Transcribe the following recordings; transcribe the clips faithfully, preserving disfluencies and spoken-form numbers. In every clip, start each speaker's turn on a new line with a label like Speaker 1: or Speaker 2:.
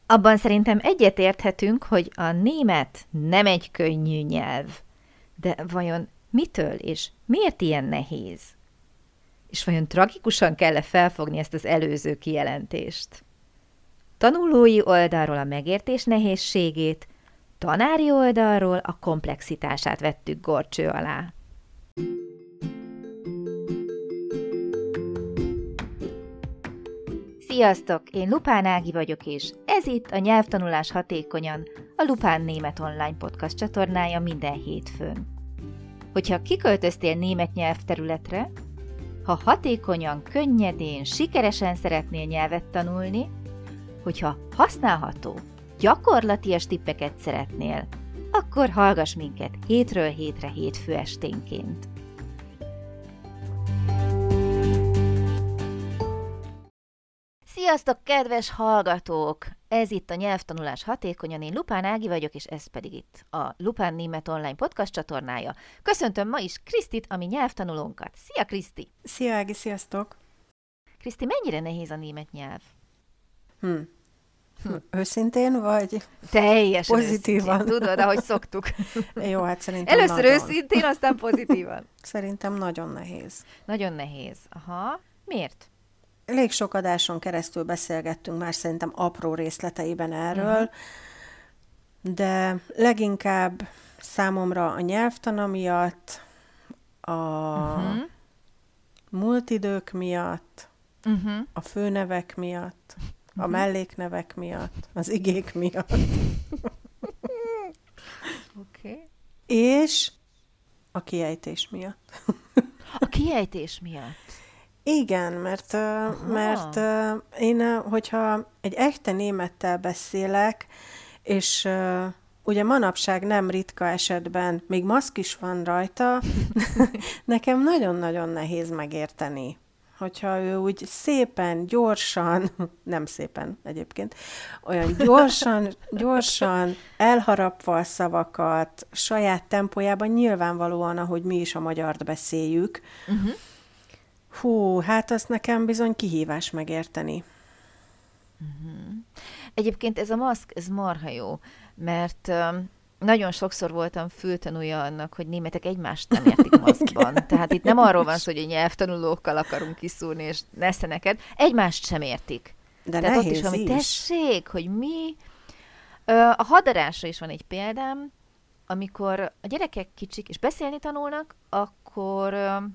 Speaker 1: Abban szerintem egyetérthetünk, hogy a német nem egy könnyű nyelv. De vajon mitől és miért ilyen nehéz? És vajon tragikusan kell-e felfogni ezt az előző kijelentést? Tanulói oldalról a megértés nehézségét, tanári oldalról a komplexitását vettük górcső alá. Sziasztok! Én Lupán Ági vagyok, és ez itt a Nyelvtanulás hatékonyan, a Lupán Német Online Podcast csatornája minden hétfőn. Hogyha kiköltöztél német nyelvterületre, ha hatékonyan, könnyedén, sikeresen szeretnél nyelvet tanulni, hogyha használható, gyakorlatias tippeket szeretnél, akkor hallgass minket hétről hétre hétfő esténként. Sziasztok, kedves hallgatók! Ez itt a Nyelvtanulás hatékonyan, én Lupán Ági vagyok, és ez pedig itt a Lupán Német Online Podcast csatornája. Köszöntöm ma is Krisztit, ami nyelvtanulónkat. Szia, Kriszti!
Speaker 2: Szia, Ági, sziasztok!
Speaker 1: Kriszti, mennyire nehéz a német nyelv?
Speaker 2: Hm. Hm. Őszintén, vagy
Speaker 1: teljesen
Speaker 2: pozitívan?
Speaker 1: Őszintén, tudod, ahogy szoktuk.
Speaker 2: Jó, hát szerintem
Speaker 1: Először
Speaker 2: nagyon.
Speaker 1: őszintén, aztán pozitívan.
Speaker 2: Szerintem nagyon nehéz.
Speaker 1: Nagyon nehéz. Aha. Miért?
Speaker 2: Elég sok adáson keresztül beszélgettünk már szerintem apró részleteiben erről, uh-huh. de leginkább számomra a nyelvtana miatt, a uh-huh. múlt idők miatt, uh-huh. a főnevek miatt, uh-huh. a melléknevek miatt, az igék miatt.
Speaker 1: Okay.
Speaker 2: És a kiejtés miatt.
Speaker 1: A kiejtés miatt?
Speaker 2: Igen, mert, mert én, hogyha egy echte némettel beszélek, és ugye manapság nem ritka esetben, még maszk is van rajta, nekem nagyon-nagyon nehéz megérteni, hogyha ő úgy szépen, gyorsan, nem szépen egyébként, olyan gyorsan, gyorsan elharapva a szavakat, saját tempójában, nyilvánvalóan, ahogy mi is a magyart beszéljük, uh-huh. Hú, hát azt nekem bizony kihívás megérteni.
Speaker 1: Uh-huh. Egyébként ez a maszk, ez marha jó, mert um, nagyon sokszor voltam fültanúja annak, hogy németek egymást nem értik maszkban. Tehát itt nem arról van szó, hogy a nyelvtanulókkal akarunk kiszúrni, és nesze neked, egymást sem értik.
Speaker 2: De
Speaker 1: Tehát
Speaker 2: nehéz
Speaker 1: ott is valami
Speaker 2: is.
Speaker 1: tessék, hogy mi. A hadarásra is van egy példám, amikor a gyerekek kicsik, és beszélni tanulnak, akkor...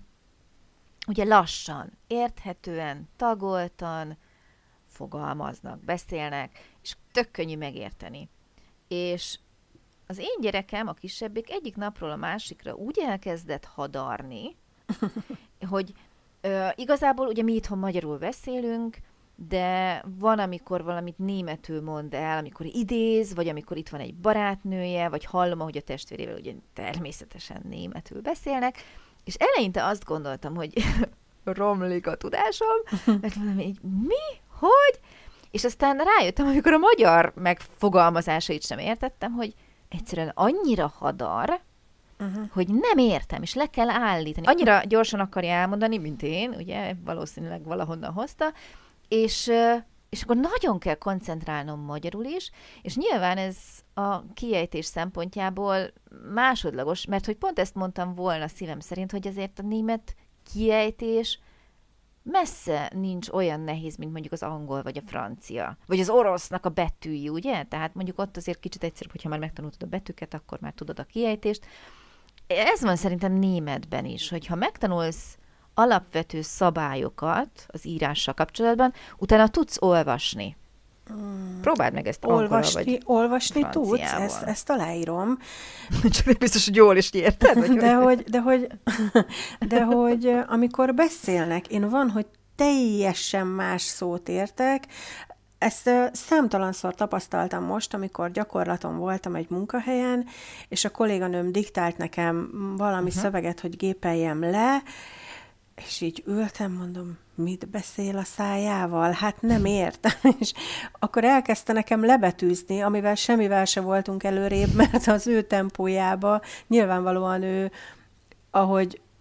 Speaker 1: ugye lassan, érthetően, tagoltan fogalmaznak, beszélnek, és tök könnyű megérteni. És az én gyerekem, a kisebbik egyik napról a másikra úgy elkezdett hadarni, hogy ö, igazából ugye mi itthon magyarul beszélünk, de van, amikor valamit németül mond el, amikor idéz, vagy amikor itt van egy barátnője, vagy hallom, ahogy a testvérével ugye természetesen németül beszélnek, és eleinte azt gondoltam, hogy romlik a tudásom, mert mondom így, mi? Hogy? És aztán rájöttem, amikor a magyar megfogalmazásait sem értettem, hogy egyszerűen annyira hadar, uh-huh. hogy nem értem, és le kell állítani. Annyira gyorsan akarja elmondani, mint én, ugye, valószínűleg valahonnan hozta, és, és akkor nagyon kell koncentrálnom magyarul is, és nyilván ez a kiejtés szempontjából másodlagos, mert hogy pont ezt mondtam volna szívem szerint, hogy azért a német kiejtés messze nincs olyan nehéz, mint mondjuk az angol vagy a francia, vagy az orosznak a betűi, ugye? Tehát mondjuk ott azért kicsit egyszerűbb, hogyha már megtanultad a betűket, akkor már tudod a kiejtést. Ez van szerintem németben is, hogyha megtanulsz alapvető szabályokat az írással kapcsolatban, utána tudsz olvasni. Hmm. Próbáld meg ezt angolul
Speaker 2: olvasni,
Speaker 1: vagy
Speaker 2: olvasni tudsz, ezt, ezt aláírom.
Speaker 1: Csak nem biztos, hogy jól is érted? Vagy
Speaker 2: de, hogy, de, hogy, de hogy amikor beszélnek, én van, hogy teljesen más szót értek. Ezt számtalanszor tapasztaltam most, amikor gyakorlaton voltam egy munkahelyen, és a kolléganőm diktált nekem valami uh-huh. szöveget, hogy gépeljem le, és így ültem, mondom, mit beszél a szájával? Hát nem értem. És akkor elkezdte nekem lebetűzni, amivel semmivel se voltunk előrébb, mert az ő tempójába nyilvánvalóan ő, ahogy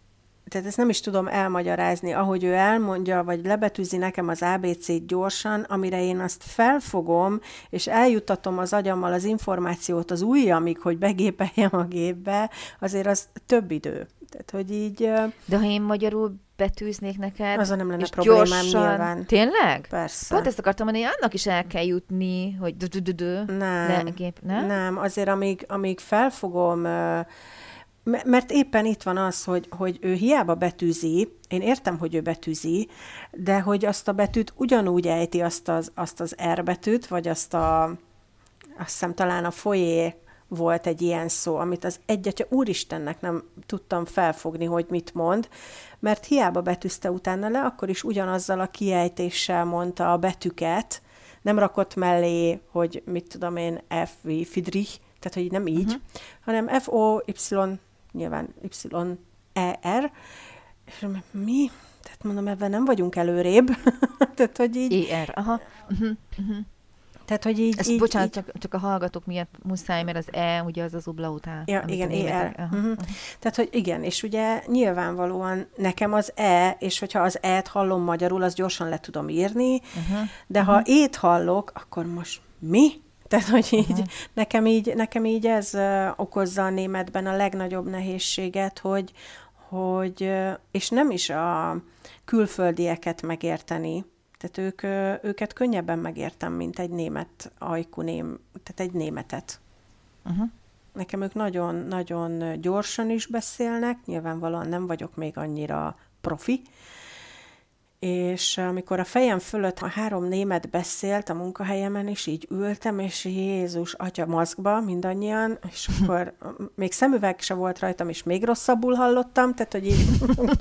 Speaker 2: tehát ezt nem is tudom elmagyarázni, ahogy ő elmondja, vagy lebetűzi nekem az á bé cét gyorsan, amire én azt felfogom, és eljuttatom az agyammal az információt az ujjamig, hogy begépeljem a gépbe, azért az több idő. Tehát, hogy így...
Speaker 1: De ha én magyarul betűznék neked,
Speaker 2: azon nem lenne
Speaker 1: és
Speaker 2: problémám
Speaker 1: gyorsan...
Speaker 2: nyilván.
Speaker 1: Tényleg?
Speaker 2: Persze.
Speaker 1: Pont ezt akartam mondani, hogy annak is el kell jutni, hogy dö-dö-dö-dö.
Speaker 2: Nem,
Speaker 1: gép, nem?
Speaker 2: nem, azért amíg, amíg felfogom, mert éppen itt van az, hogy, hogy ő hiába betűzi, én értem, hogy ő betűzi, de hogy azt a betűt ugyanúgy ejti azt az, azt az R betűt, vagy azt a, azt hiszem talán a folyé volt egy ilyen szó, amit az egyatya úristennek nem tudtam felfogni, hogy mit mond, mert hiába betűzte utána le, akkor is ugyanazzal a kiejtéssel mondta a betűket, nem rakott mellé, hogy mit tudom én, F, V, Friedrich, tehát hogy nem így, uh-huh. hanem F, O, Y, nyilván Y, E, R, és mi? Tehát mondom, ebben nem vagyunk előrébb. Tehát, hogy így...
Speaker 1: E, R, aha. Uh-huh. Uh-huh.
Speaker 2: Tehát, hogy így...
Speaker 1: Ezt
Speaker 2: így,
Speaker 1: bocsánat,
Speaker 2: így...
Speaker 1: Csak, csak a hallgatók miatt muszáj, mert az E, ugye az az umlaut áll.
Speaker 2: Ja, igen, E, R.
Speaker 1: Uh-huh.
Speaker 2: Uh-huh. Tehát, hogy igen, és ugye nyilvánvalóan nekem az E, és hogyha az E-t hallom magyarul, az gyorsan le tudom írni, uh-huh. de ha uh-huh. E-t hallok, akkor most mi? Tehát, hogy így, uh-huh. nekem így, nekem így ez uh, okozza a németben a legnagyobb nehézséget, hogy, hogy uh, és nem is a külföldieket megérteni, tehát ők, uh, őket könnyebben megértem, mint egy német ajkú ném, tehát egy németet. Uh-huh. Nekem ők nagyon-nagyon gyorsan is beszélnek, nyilvánvalóan nem vagyok még annyira profi, és amikor a fejem fölött a három német beszélt a munkahelyemen, és így ültem, és Jézus, atya maszkba mindannyian, és akkor még szemüveg se volt rajtam, és még rosszabbul hallottam, tehát, hogy így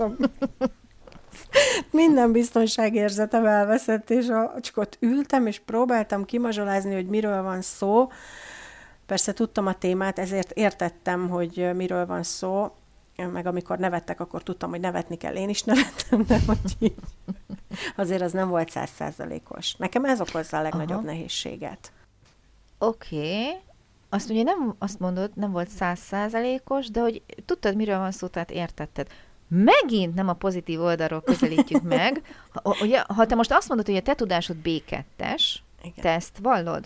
Speaker 2: minden biztonságérzetem elveszett, és csak ott ültem, és próbáltam kimazsolázni, hogy miről van szó. Persze tudtam a témát, ezért értettem, hogy miről van szó, meg amikor nevettek, akkor tudtam, hogy nevetni kell. Én is nevettem, de hogy így. Azért az nem volt száz százalékos. Nekem ez okozza a legnagyobb Aha. nehézséget.
Speaker 1: Oké. Okay. Azt mondja, nem, azt mondod, nem volt száz százalékos, de hogy tudtad, miről van szó, tehát értetted. Megint nem a pozitív oldalról közelítjük meg. Ha, ugye, ha te most azt mondod, hogy a te tudásod bé kettes, Igen. te ezt vallod?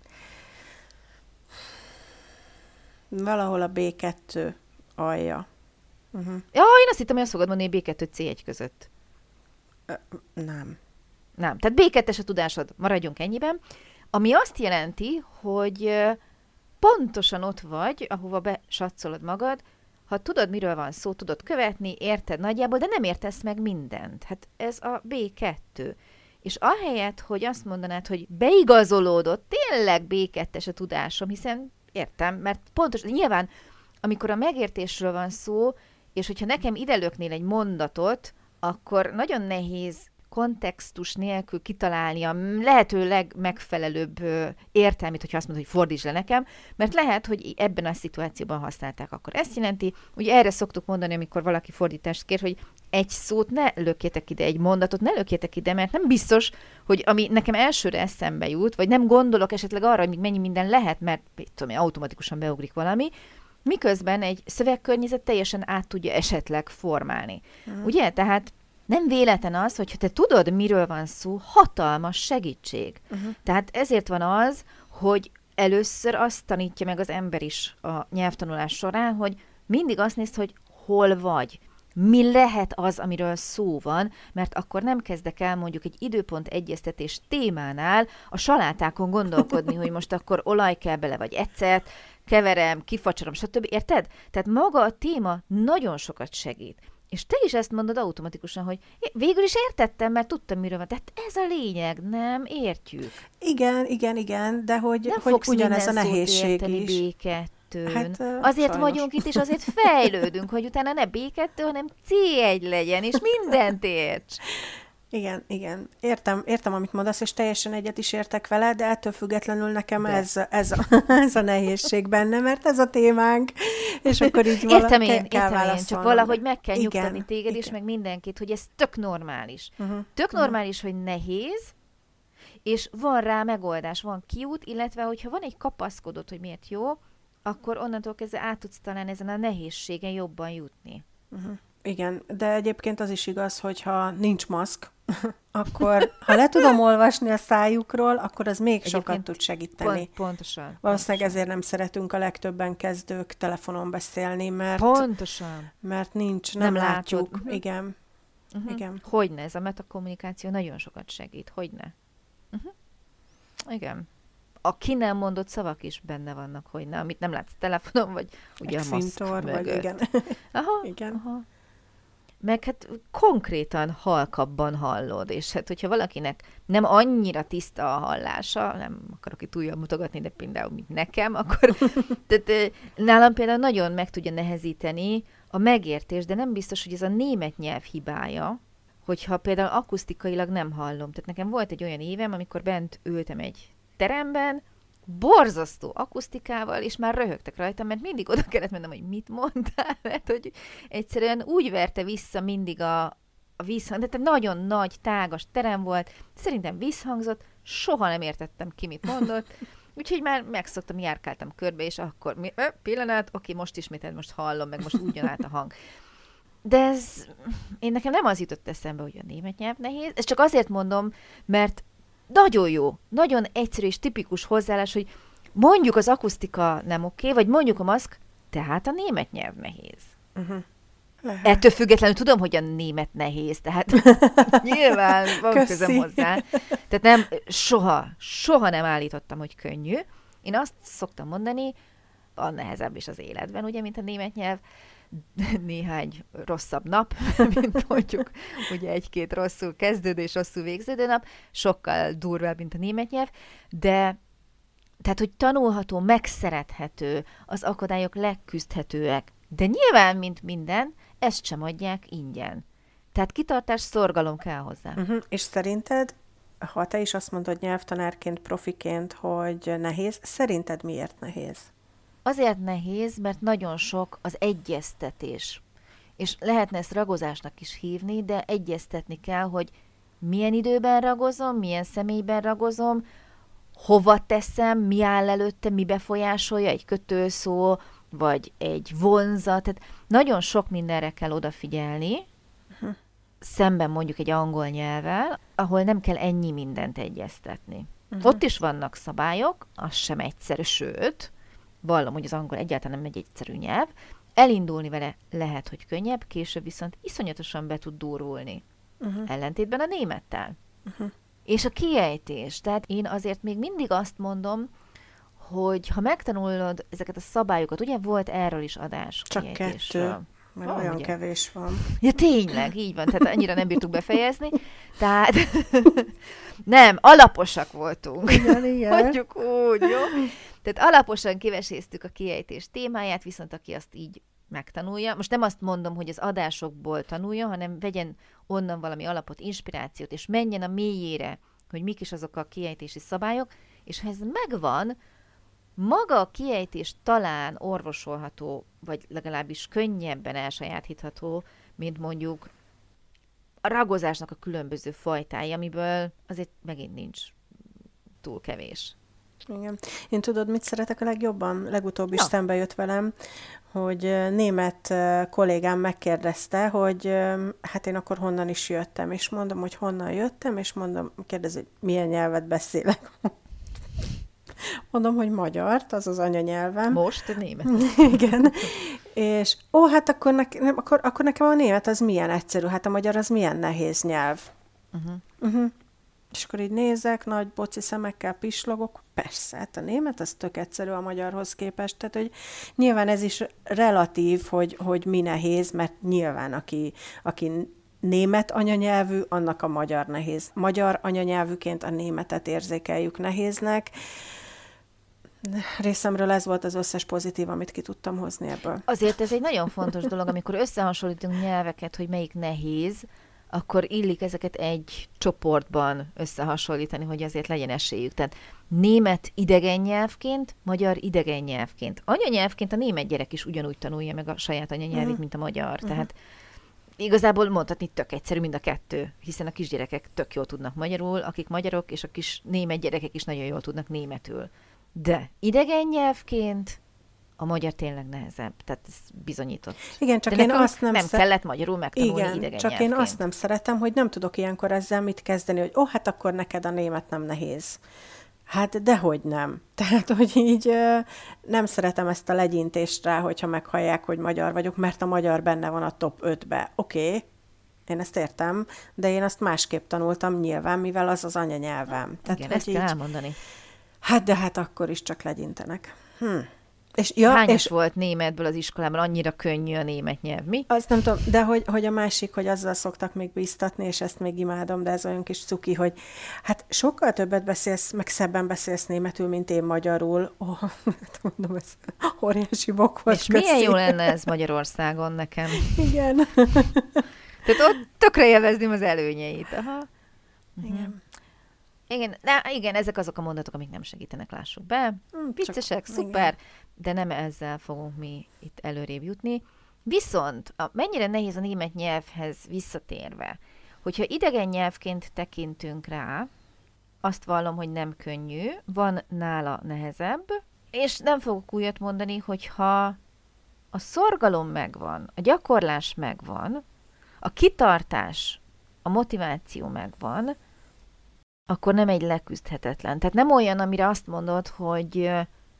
Speaker 2: Valahol a bé kettő alja.
Speaker 1: Uh-huh. Ja, én azt hittem, hogy azt fogod mondani, hogy bé kettő cé egy között.
Speaker 2: Uh, nem.
Speaker 1: Nem. Tehát bé kettes a tudásod. Maradjunk ennyiben. Ami azt jelenti, hogy pontosan ott vagy, ahova besatszolod magad, ha tudod, miről van szó, tudod követni, érted nagyjából, de nem értesz meg mindent. Hát ez a bé kettő. És ahelyett, hogy azt mondanád, hogy beigazolódott, tényleg bé kettes a tudásom, hiszen értem, mert pontosan, nyilván, amikor a megértésről van szó, és hogyha nekem ide löknél egy mondatot, akkor nagyon nehéz kontextus nélkül kitalálni a lehető legmegfelelőbb értelmét, hogyha azt mondod, hogy fordítsd le nekem, mert lehet, hogy ebben a szituációban használták akkor. Ezt jelenti, ugye erre szoktuk mondani, amikor valaki fordítást kér, hogy egy szót ne lökjetek ide, egy mondatot ne lökjetek ide, mert nem biztos, hogy ami nekem elsőre eszembe jut, vagy nem gondolok esetleg arra, hogy mennyi minden lehet, mert tudom, automatikusan beugrik valami, miközben egy szövegkörnyezet teljesen át tudja esetleg formálni. Uh-huh. Ugye? Tehát nem véletlen az, hogy te tudod, miről van szó, hatalmas segítség. Uh-huh. Tehát ezért van az, hogy először azt tanítja meg az ember is a nyelvtanulás során, hogy mindig azt nézd, hogy hol vagy. Mi lehet az, amiről szó van, mert akkor nem kezdek el mondjuk egy időpont egyeztetés témánál a salátákon gondolkodni, hogy most akkor olaj kell bele, vagy ecet, keverem, kifacsarom, stb. Érted? Tehát maga a téma nagyon sokat segít. És te is ezt mondod automatikusan, hogy végül is értettem, mert tudtam, miről van. Tehát ez a lényeg, nem értjük.
Speaker 2: Igen, igen, igen, de hogy,
Speaker 1: nem
Speaker 2: hogy ugyanez a nehézség is.
Speaker 1: bé kettőn. Hát,
Speaker 2: azért
Speaker 1: sajnos. Vagyunk itt, és azért fejlődünk, hogy utána ne bé kettő, hanem cé egy legyen, és mindent érts.
Speaker 2: Igen, igen. Értem, értem, amit mondasz, és teljesen egyet is értek vele, de ettől függetlenül nekem ez, ez, a, ez a nehézség benne, mert ez a témánk, és akkor így vala,
Speaker 1: értem én,
Speaker 2: kell
Speaker 1: értem én, csak valahogy meg kell
Speaker 2: igen,
Speaker 1: nyugtatni téged
Speaker 2: igen.
Speaker 1: is, meg mindenkit, hogy ez tök normális.
Speaker 2: Uh-huh.
Speaker 1: Tök normális, uh-huh. hogy nehéz, és van rá megoldás, van kiút, illetve hogyha van egy kapaszkodott, hogy miért jó, akkor onnantól kezdve át tudsz talán ezen a nehézségen jobban jutni.
Speaker 2: Uh-huh. Igen, de egyébként az is igaz, hogy ha nincs maszk, akkor ha le tudom olvasni a szájukról, akkor az még egyébként sokat tud segíteni.
Speaker 1: Pont, pontosan.
Speaker 2: Valószínűleg
Speaker 1: pontosan.
Speaker 2: ezért nem szeretünk a legtöbben kezdők telefonon beszélni, mert,
Speaker 1: Pontosan.
Speaker 2: mert nincs, nem, nem látjuk.
Speaker 1: Uh-huh.
Speaker 2: Igen.
Speaker 1: Uh-huh.
Speaker 2: Igen.
Speaker 1: Hogyne, ez a metakommunikáció nagyon sokat segít. Hogyne. Uh-huh. Igen. A ki nem mondott szavak is benne vannak, hogyne, amit nem látsz telefonon, vagy ugye a maszk mögött.
Speaker 2: Vagy igen.
Speaker 1: Aha,
Speaker 2: igen.
Speaker 1: Aha. Meg hát konkrétan halkabban hallod, és hát hogyha valakinek nem annyira tiszta a hallása, nem akarok itt újra mutogatni, de például mint nekem, akkor tehát, nálam például nagyon meg tudja nehezíteni a megértés, de nem biztos, hogy ez a német nyelv hibája, hogyha például akusztikailag nem hallom. Tehát nekem volt egy olyan évem, amikor bent ültem egy teremben, borzasztó akusztikával, és már röhögtek rajtam, mert mindig oda kellett mennem, hogy mit mondtál, mert hogy egyszerűen úgy verte vissza mindig a, a visszhang, de tehát nagyon nagy, tágas terem volt, szerintem visszhangzott, soha nem értettem ki, mit mondott, úgyhogy már megszoktam, járkáltam körbe, és akkor mi, ö, pillanat, oké, most ismétel, most hallom, meg most úgy jön át a hang. De ez, én nekem nem az jutott eszembe, hogy a német nyelv nehéz, ezt csak azért mondom, mert nagyon jó, nagyon egyszerű és tipikus hozzáállás, hogy mondjuk az akusztika nem oké, vagy mondjuk a maszk, tehát a német nyelv nehéz. Uh-huh. Ettől függetlenül tudom, hogy a német nehéz, tehát nyilván van
Speaker 2: Köszi.
Speaker 1: közöm hozzá. Tehát nem, soha, soha nem állítottam, hogy könnyű. Én azt szoktam mondani, a nehezebb is az életben, ugye, mint a német nyelv, néhány rosszabb nap, mint mondjuk ugye egy-két rosszul kezdődő és rosszul végződő nap, sokkal durvább, mint a német nyelv, de tehát, hogy tanulható, megszerethető, az akadályok leküzdhetőek, de nyilván, mint minden, ezt sem adják ingyen. Tehát kitartás, szorgalom kell hozzá.
Speaker 2: Uh-huh. És szerinted, ha te is azt mondod nyelvtanárként, profiként, hogy nehéz, szerinted miért nehéz?
Speaker 1: Azért nehéz, mert nagyon sok az egyeztetés. És lehetne ezt ragozásnak is hívni, de egyeztetni kell, hogy milyen időben ragozom, milyen személyben ragozom, hova teszem, mi áll előtte, mi befolyásolja, egy kötőszó, vagy egy vonzat. Tehát nagyon sok mindenre kell odafigyelni, uh-huh. szemben mondjuk egy angol nyelvvel, ahol nem kell ennyi mindent egyeztetni. Uh-huh. Ott is vannak szabályok, az sem egyszerű, sőt, vallom, hogy az angol egyáltalán nem egy egyszerű nyelv, elindulni vele lehet, hogy könnyebb, később viszont iszonyatosan be tud durulni. Uh-huh. Ellentétben a némettel. Uh-huh. És a kiejtés. Tehát én azért még mindig azt mondom, hogy ha megtanulod ezeket a szabályokat, ugye volt erről is adás.
Speaker 2: Csak kettő, mert oh, olyan ugye? Kevés van.
Speaker 1: Ja, tényleg, így van, tehát annyira nem bírtuk befejezni. Tehát nem, alaposak voltunk.
Speaker 2: Igen, igen.
Speaker 1: Mondjuk úgy, jó? Tehát alaposan kiveséztük a kiejtés témáját, viszont aki azt így megtanulja. Most nem azt mondom, hogy az adásokból tanulja, hanem vegyen onnan valami alapot, inspirációt, és menjen a mélyére, hogy mik is azok a kiejtési szabályok, és ha ez megvan, maga a kiejtés talán orvosolható, vagy legalábbis könnyebben elsajátítható, mint mondjuk a ragozásnak a különböző fajtái, amiből azért megint nincs túl kevés.
Speaker 2: Igen. Én tudod, mit szeretek a legjobban? Legutóbb is szembe jött velem, hogy német kollégám megkérdezte, hogy hát én akkor honnan is jöttem, és mondom, hogy honnan jöttem, és mondom, kérdezi, hogy milyen nyelvet beszélek. Mondom, hogy magyart, az az anyanyelvem.
Speaker 1: Most német.
Speaker 2: Igen. És ó, hát akkor, ne, nem, akkor, akkor nekem a német az milyen egyszerű, hát a magyar az milyen nehéz nyelv. Uh-huh. Uh-huh. És akkor így nézek, nagy boci szemekkel pislogok, persze, hát a német az tök egyszerű a magyarhoz képest, tehát hogy nyilván ez is relatív, hogy, hogy mi nehéz, mert nyilván aki, aki német anyanyelvű, annak a magyar nehéz. Magyar anyanyelvűként a németet érzékeljük nehéznek. Részemről ez volt az összes pozitív, amit ki tudtam hozni ebből.
Speaker 1: Azért ez egy nagyon fontos dolog, amikor összehasonlítunk nyelveket, hogy melyik nehéz, akkor illik ezeket egy csoportban összehasonlítani, hogy azért legyen esélyük. Tehát német idegen nyelvként, magyar idegen nyelvként. Anyanyelvként a német gyerek is ugyanúgy tanulja meg a saját anyanyelvét, uh-huh. mint a magyar. Uh-huh. Tehát igazából mondhatni tök egyszerű mind a kettő, hiszen a kisgyerekek tök jól tudnak magyarul, akik magyarok, és a kis német gyerekek is nagyon jól tudnak németül. De idegen nyelvként a magyar tényleg nehezebb, tehát ez bizonyított.
Speaker 2: Igen, csak
Speaker 1: De
Speaker 2: én azt nem
Speaker 1: nem
Speaker 2: szer...
Speaker 1: kellett magyarul megtanulni
Speaker 2: Igen,
Speaker 1: idegen
Speaker 2: csak
Speaker 1: nyelvként.
Speaker 2: én azt nem szeretem, hogy nem tudok ilyenkor ezzel mit kezdeni, hogy ó, oh, hát akkor neked a német nem nehéz. Hát dehogy nem. Tehát, hogy így ö, nem szeretem ezt a legyintést rá, hogyha meghallják, hogy magyar vagyok, mert a magyar benne van a top ötbe. Oké, okay, én ezt értem, de én azt másképp tanultam nyilván, mivel az az anyanyelvem. Tehát,
Speaker 1: igen, ezt
Speaker 2: így,
Speaker 1: kell elmondani.
Speaker 2: Hát, de hát akkor is csak legyintenek. Hm. És, ja,
Speaker 1: Hányas
Speaker 2: és
Speaker 1: volt németből az iskolában, annyira könnyű a német nyelv, mi?
Speaker 2: azt nem tudom, de hogy, hogy a másik, hogy azzal szoktak még bíztatni, és ezt még imádom, de ez olyan kis cuki, hogy hát sokkal többet beszélsz, meg szebben beszélsz németül, mint én magyarul. Ó, oh, mondom, ez óriási bok volt.
Speaker 1: És köszi. Milyen jó lenne ez Magyarországon nekem.
Speaker 2: Igen.
Speaker 1: Tehát ott tökre élvezném az előnyeit. Aha.
Speaker 2: Igen.
Speaker 1: Igen, de igen, ezek azok a mondatok, amik nem segítenek, lássuk be. Viccesek, csak, szuper, igen. De nem ezzel fogunk mi itt előrébb jutni. Viszont a, mennyire nehéz a német nyelvhez visszatérve, hogyha idegen nyelvként tekintünk rá, azt vallom, hogy nem könnyű, van nála nehezebb, és nem fogok újat mondani, hogyha a szorgalom megvan, a gyakorlás megvan, a kitartás, a motiváció megvan, akkor nem egy leküzdhetetlen. Tehát nem olyan, amire azt mondod, hogy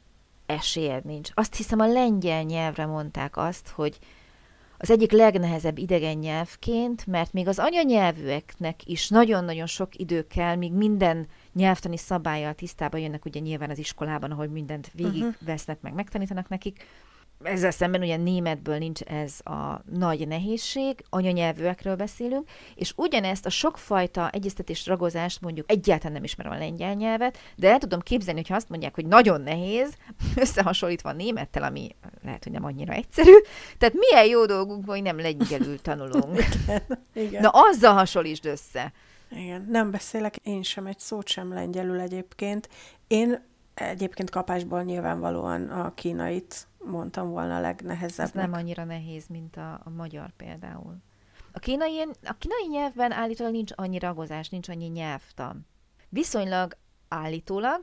Speaker 1: esélyed nincs. Azt hiszem, a lengyel nyelvre mondták azt, hogy az egyik legnehezebb idegen nyelvként, mert még az anyanyelvűeknek is nagyon-nagyon sok idő kell, míg minden nyelvtani szabállyal tisztában jönnek, ugye nyilván az iskolában, ahol mindent végigvesznek, meg megtanítanak nekik. Ezzel szemben ugye németből nincs ez a nagy nehézség, anyanyelvűekről beszélünk, és ugyanezt a sokfajta egyeztetés ragozást mondjuk egyáltalán nem ismerem a lengyel nyelvet, de el tudom képzelni, hogyha azt mondják, hogy nagyon nehéz, összehasonlítva a némettel, ami lehet, hogy nem annyira egyszerű, tehát milyen jó dolgunk, hogy nem lengyelül tanulunk.
Speaker 2: Igen, igen.
Speaker 1: Na azzal hasonlítsd össze.
Speaker 2: Igen, nem beszélek én sem egy szót sem lengyelül egyébként. Én egyébként kapásból nyilvánvalóan a kínait mondtam volna a legnehezebbnek.
Speaker 1: Ez nem annyira nehéz, mint a, a magyar például. A kínai, a kínai nyelvben állítólag nincs annyi ragozás, nincs annyi nyelvtan. Viszonylag állítólag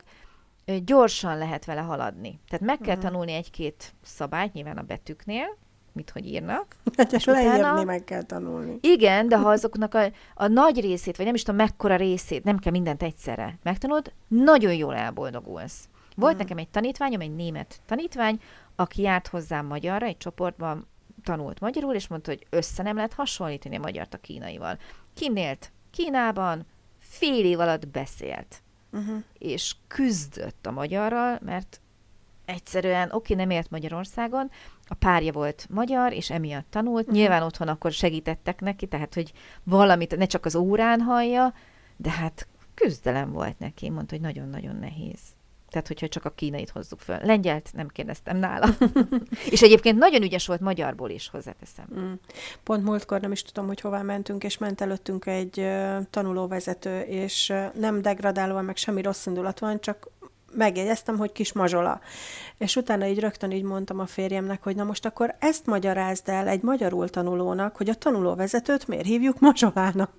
Speaker 1: gyorsan lehet vele haladni. Tehát meg kell uh-huh. tanulni egy-két szabályt, nyilván a betűknél, mit hogy írnak.
Speaker 2: És leírni utána... meg kell tanulni.
Speaker 1: Igen, de ha azoknak a, a nagy részét, vagy nem is tudom mekkora részét, nem kell mindent egyszerre megtanulod, nagyon jól elboldogulsz. Volt uh-huh. nekem egy tanítványom, egy német tanítvány, aki járt hozzám magyarra, egy csoportban tanult magyarul, és mondta, hogy össze nem lehet hasonlítani a magyart a kínaival. Kint élt Kínában, fél év alatt beszélt, uh-huh. és küzdött a magyarral, mert egyszerűen, oké, nem élt Magyarországon, a párja volt magyar, és emiatt tanult. Uh-huh. Nyilván otthon akkor segítettek neki, tehát, hogy valamit ne csak az órán hallja, de hát küzdelem volt neki, mondta, hogy nagyon-nagyon nehéz. Tehát, hogyha csak a kínait hozzuk föl. Lengyelt nem kérdeztem nála. És egyébként nagyon ügyes volt magyarból is, hozzáteszem. Mm.
Speaker 2: Pont múltkor nem is tudom, hogy hová mentünk, és ment előttünk egy uh, tanulóvezető, és uh, nem degradálóan, meg semmi rossz indulatúan, csak megjegyeztem, hogy kis mazsola. És utána így rögtön így mondtam a férjemnek, hogy na most akkor ezt magyarázd el egy magyarul tanulónak, hogy a tanulóvezetőt miért hívjuk mazsolának.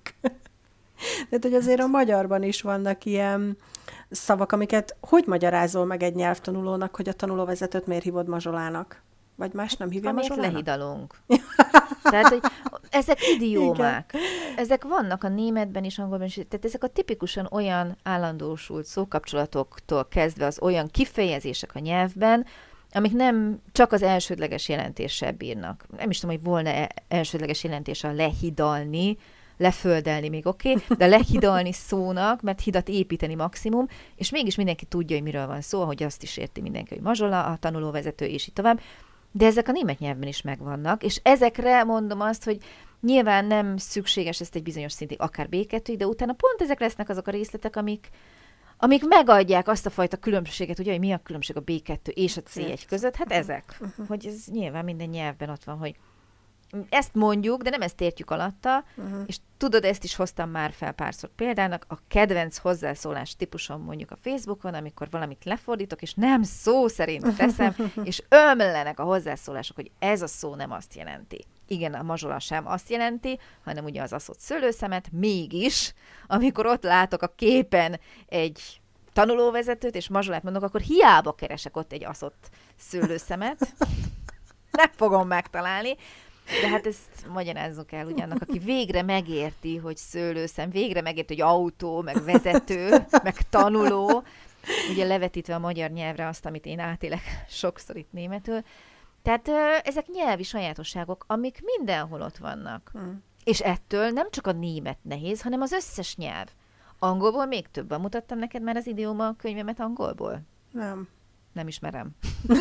Speaker 2: Tehát, hogy azért a magyarban is vannak ilyen szavak, amiket hogy magyarázol meg egy nyelvtanulónak, hogy a tanulóvezetőt miért hívod mazsolának? Vagy más nem hívja
Speaker 1: Amelyet
Speaker 2: mazsolának?
Speaker 1: lehidalunk. Tehát, hogy ezek idiómák. Igen. Ezek vannak a németben is, angolban is. Tehát ezek a tipikusan olyan állandósult szókapcsolatoktól kezdve az olyan kifejezések a nyelvben, amik nem csak az elsődleges jelentéssel bírnak. Nem is tudom, hogy volna elsődleges jelentéssel lehidalni, leföldelni még oké, okay, de lehidalni szónak, mert hidat építeni maximum, és mégis mindenki tudja, hogy miről van szó, ahogy azt is érti mindenki, hogy mazsola, a tanulóvezető, és így tovább. De ezek a német nyelvben is megvannak, és ezekre mondom azt, hogy nyilván nem szükséges ezt egy bizonyos szintig, akár bé kettőig, de utána pont ezek lesznek azok a részletek, amik, amik megadják azt a fajta különbséget, ugye, hogy mi a különbség a bé kettő és a cé egy között, hát ezek. Hogy ez nyilván minden nyelvben ott van, hogy ezt mondjuk, de nem ezt értjük alatta, uh-huh. és tudod, ezt is hoztam már fel párszor példának, a kedvenc hozzászólás típusom mondjuk a Facebookon, amikor valamit lefordítok, és nem szó szerint teszem, és ömlenek a hozzászólások, hogy ez a szó nem azt jelenti. Igen, a mazsola sem azt jelenti, hanem ugye az aszott szőlőszemet, mégis, amikor ott látok a képen egy tanulóvezetőt és mazsolát mondok, akkor hiába keresek ott egy aszott szőlőszemet. Nem fogom megtalálni. De hát ezt magyarázzuk el ugye annak, aki végre megérti, hogy szőlőszem, végre megérti, hogy autó, meg vezető, meg tanuló, ugye levetítve a magyar nyelvre azt, amit én átélek sokszor itt németül. Tehát ezek nyelvi sajátosságok, amik mindenhol ott vannak. Hmm. És ettől nem csak a német nehéz, hanem az összes nyelv. Angolból még többen mutattam neked már az idióma könyvemet angolból?
Speaker 2: Nem.
Speaker 1: Nem ismerem.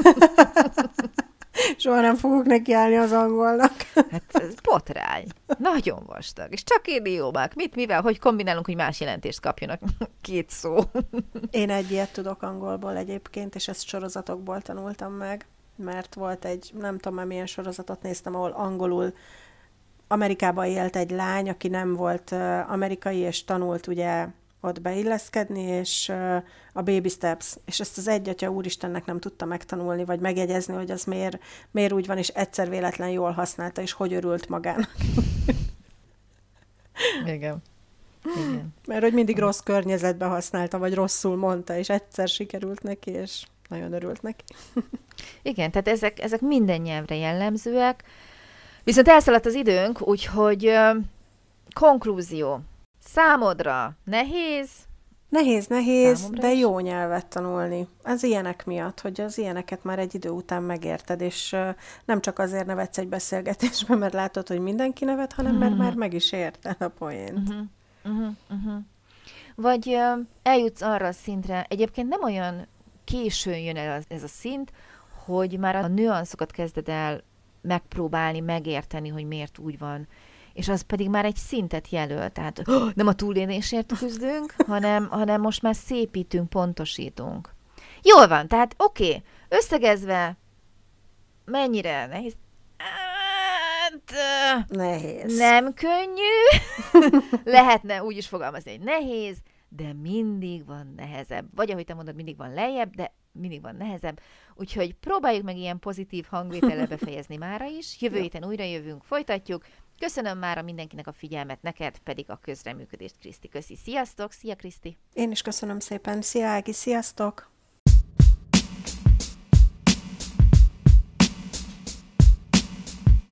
Speaker 2: Soha nem fogok nekiállni az angolnak.
Speaker 1: Hát ez botrány. Nagyon vastag. És csak idiómák. Mit, mivel, hogy kombinálunk, hogy más jelentést kapjanak? Két szó.
Speaker 2: Én egy ilyet tudok angolból egyébként, és ezt sorozatokból tanultam meg, mert volt egy, nem tudom már milyen sorozatot néztem, ahol angolul Amerikában élt egy lány, aki nem volt uh, amerikai, és tanult ugye ott beilleszkedni, és uh, a Baby Steps, és ezt az egy atya úristennek nem tudta megtanulni, vagy megjegyezni, hogy az miért, miért úgy van, és egyszer véletlen jól használta, és hogy örült magának.
Speaker 1: Igen. Igen.
Speaker 2: Mert hogy mindig rossz környezetben használta, vagy rosszul mondta, és egyszer sikerült neki, és nagyon örült neki.
Speaker 1: Igen, tehát ezek, ezek minden nyelvre jellemzőek. Viszont elszaladt az időnk, úgyhogy uh, konklúzió. Számodra nehéz?
Speaker 2: Nehéz, nehéz,
Speaker 1: Számomra
Speaker 2: de
Speaker 1: is.
Speaker 2: jó nyelvet tanulni. Az ilyenek miatt, hogy az ilyeneket már egy idő után megérted, és uh, nem csak azért nevetsz egy beszélgetésben, mert látod, hogy mindenki nevet, hanem mert
Speaker 1: Mhm.
Speaker 2: már meg is érted a poént.
Speaker 1: Uh-huh, uh-huh, uh-huh. Vagy uh, eljutsz arra a szintre, egyébként nem olyan későn jön el az, ez a szint, hogy már a nüanszokat kezded el megpróbálni, megérteni, hogy miért úgy van. És az pedig már egy szintet jelöl. Tehát oh, nem a túlélésért küzdünk, hanem, hanem most már szépítünk, pontosítunk. Jól van, tehát oké, okay, összegezve mennyire nehéz? Hát,
Speaker 2: Nehéz.
Speaker 1: nem könnyű. Lehetne úgy is fogalmazni, hogy nehéz, de mindig van nehezebb. Vagy ahogy te mondod, mindig van lejjebb, de mindig van nehezebb. Úgyhogy próbáljuk meg ilyen pozitív hangvétellel befejezni mára is. Jövő héten újra jövünk, folytatjuk. Köszönöm mára mindenkinek a figyelmet, neked pedig a közreműködést, Kriszti. Köszi. Sziasztok! Szia, Kriszti!
Speaker 2: Én is köszönöm szépen. Szia, Ági, sziasztok!